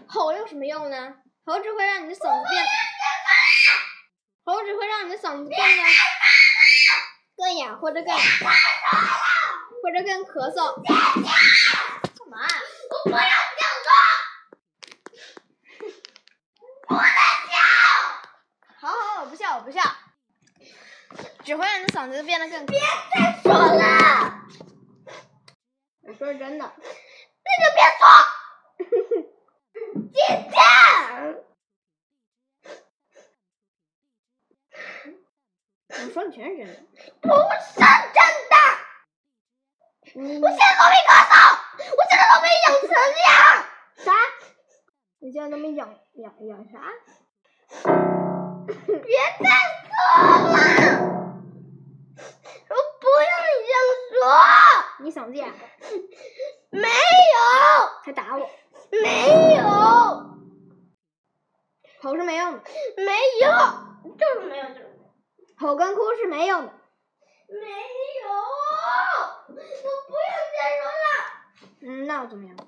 吼有什么用呢？吼只会让你的嗓子变更哑，或者更咳嗽。干嘛？ 我不要这样说。不能笑。 好，我不笑。只会让你的嗓子变得更。 别再说了。 我说是真的。 那就别说。姐姐。 我说的全是真的。 不是真的。我现在都没咳嗽，我现在都没痒成样。 啥？你现在都没痒啥？ 别再说了。我不要你这样说。 你嗓子哑？ 没有。 还打我？ 没有。 吼是没用的。 没有，就是没有。 吼跟哭是没用的。 没有，我不要再说了。 那又怎么样？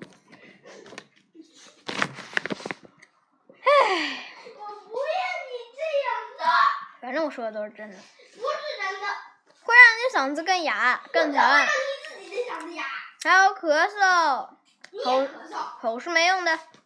我不要你这样说。 反正我说的都是真的。 不是真的。 会让你嗓子更哑、更疼。 让你自己的嗓子哑。 还有咳嗽。 你也咳嗽。 吼是没用的。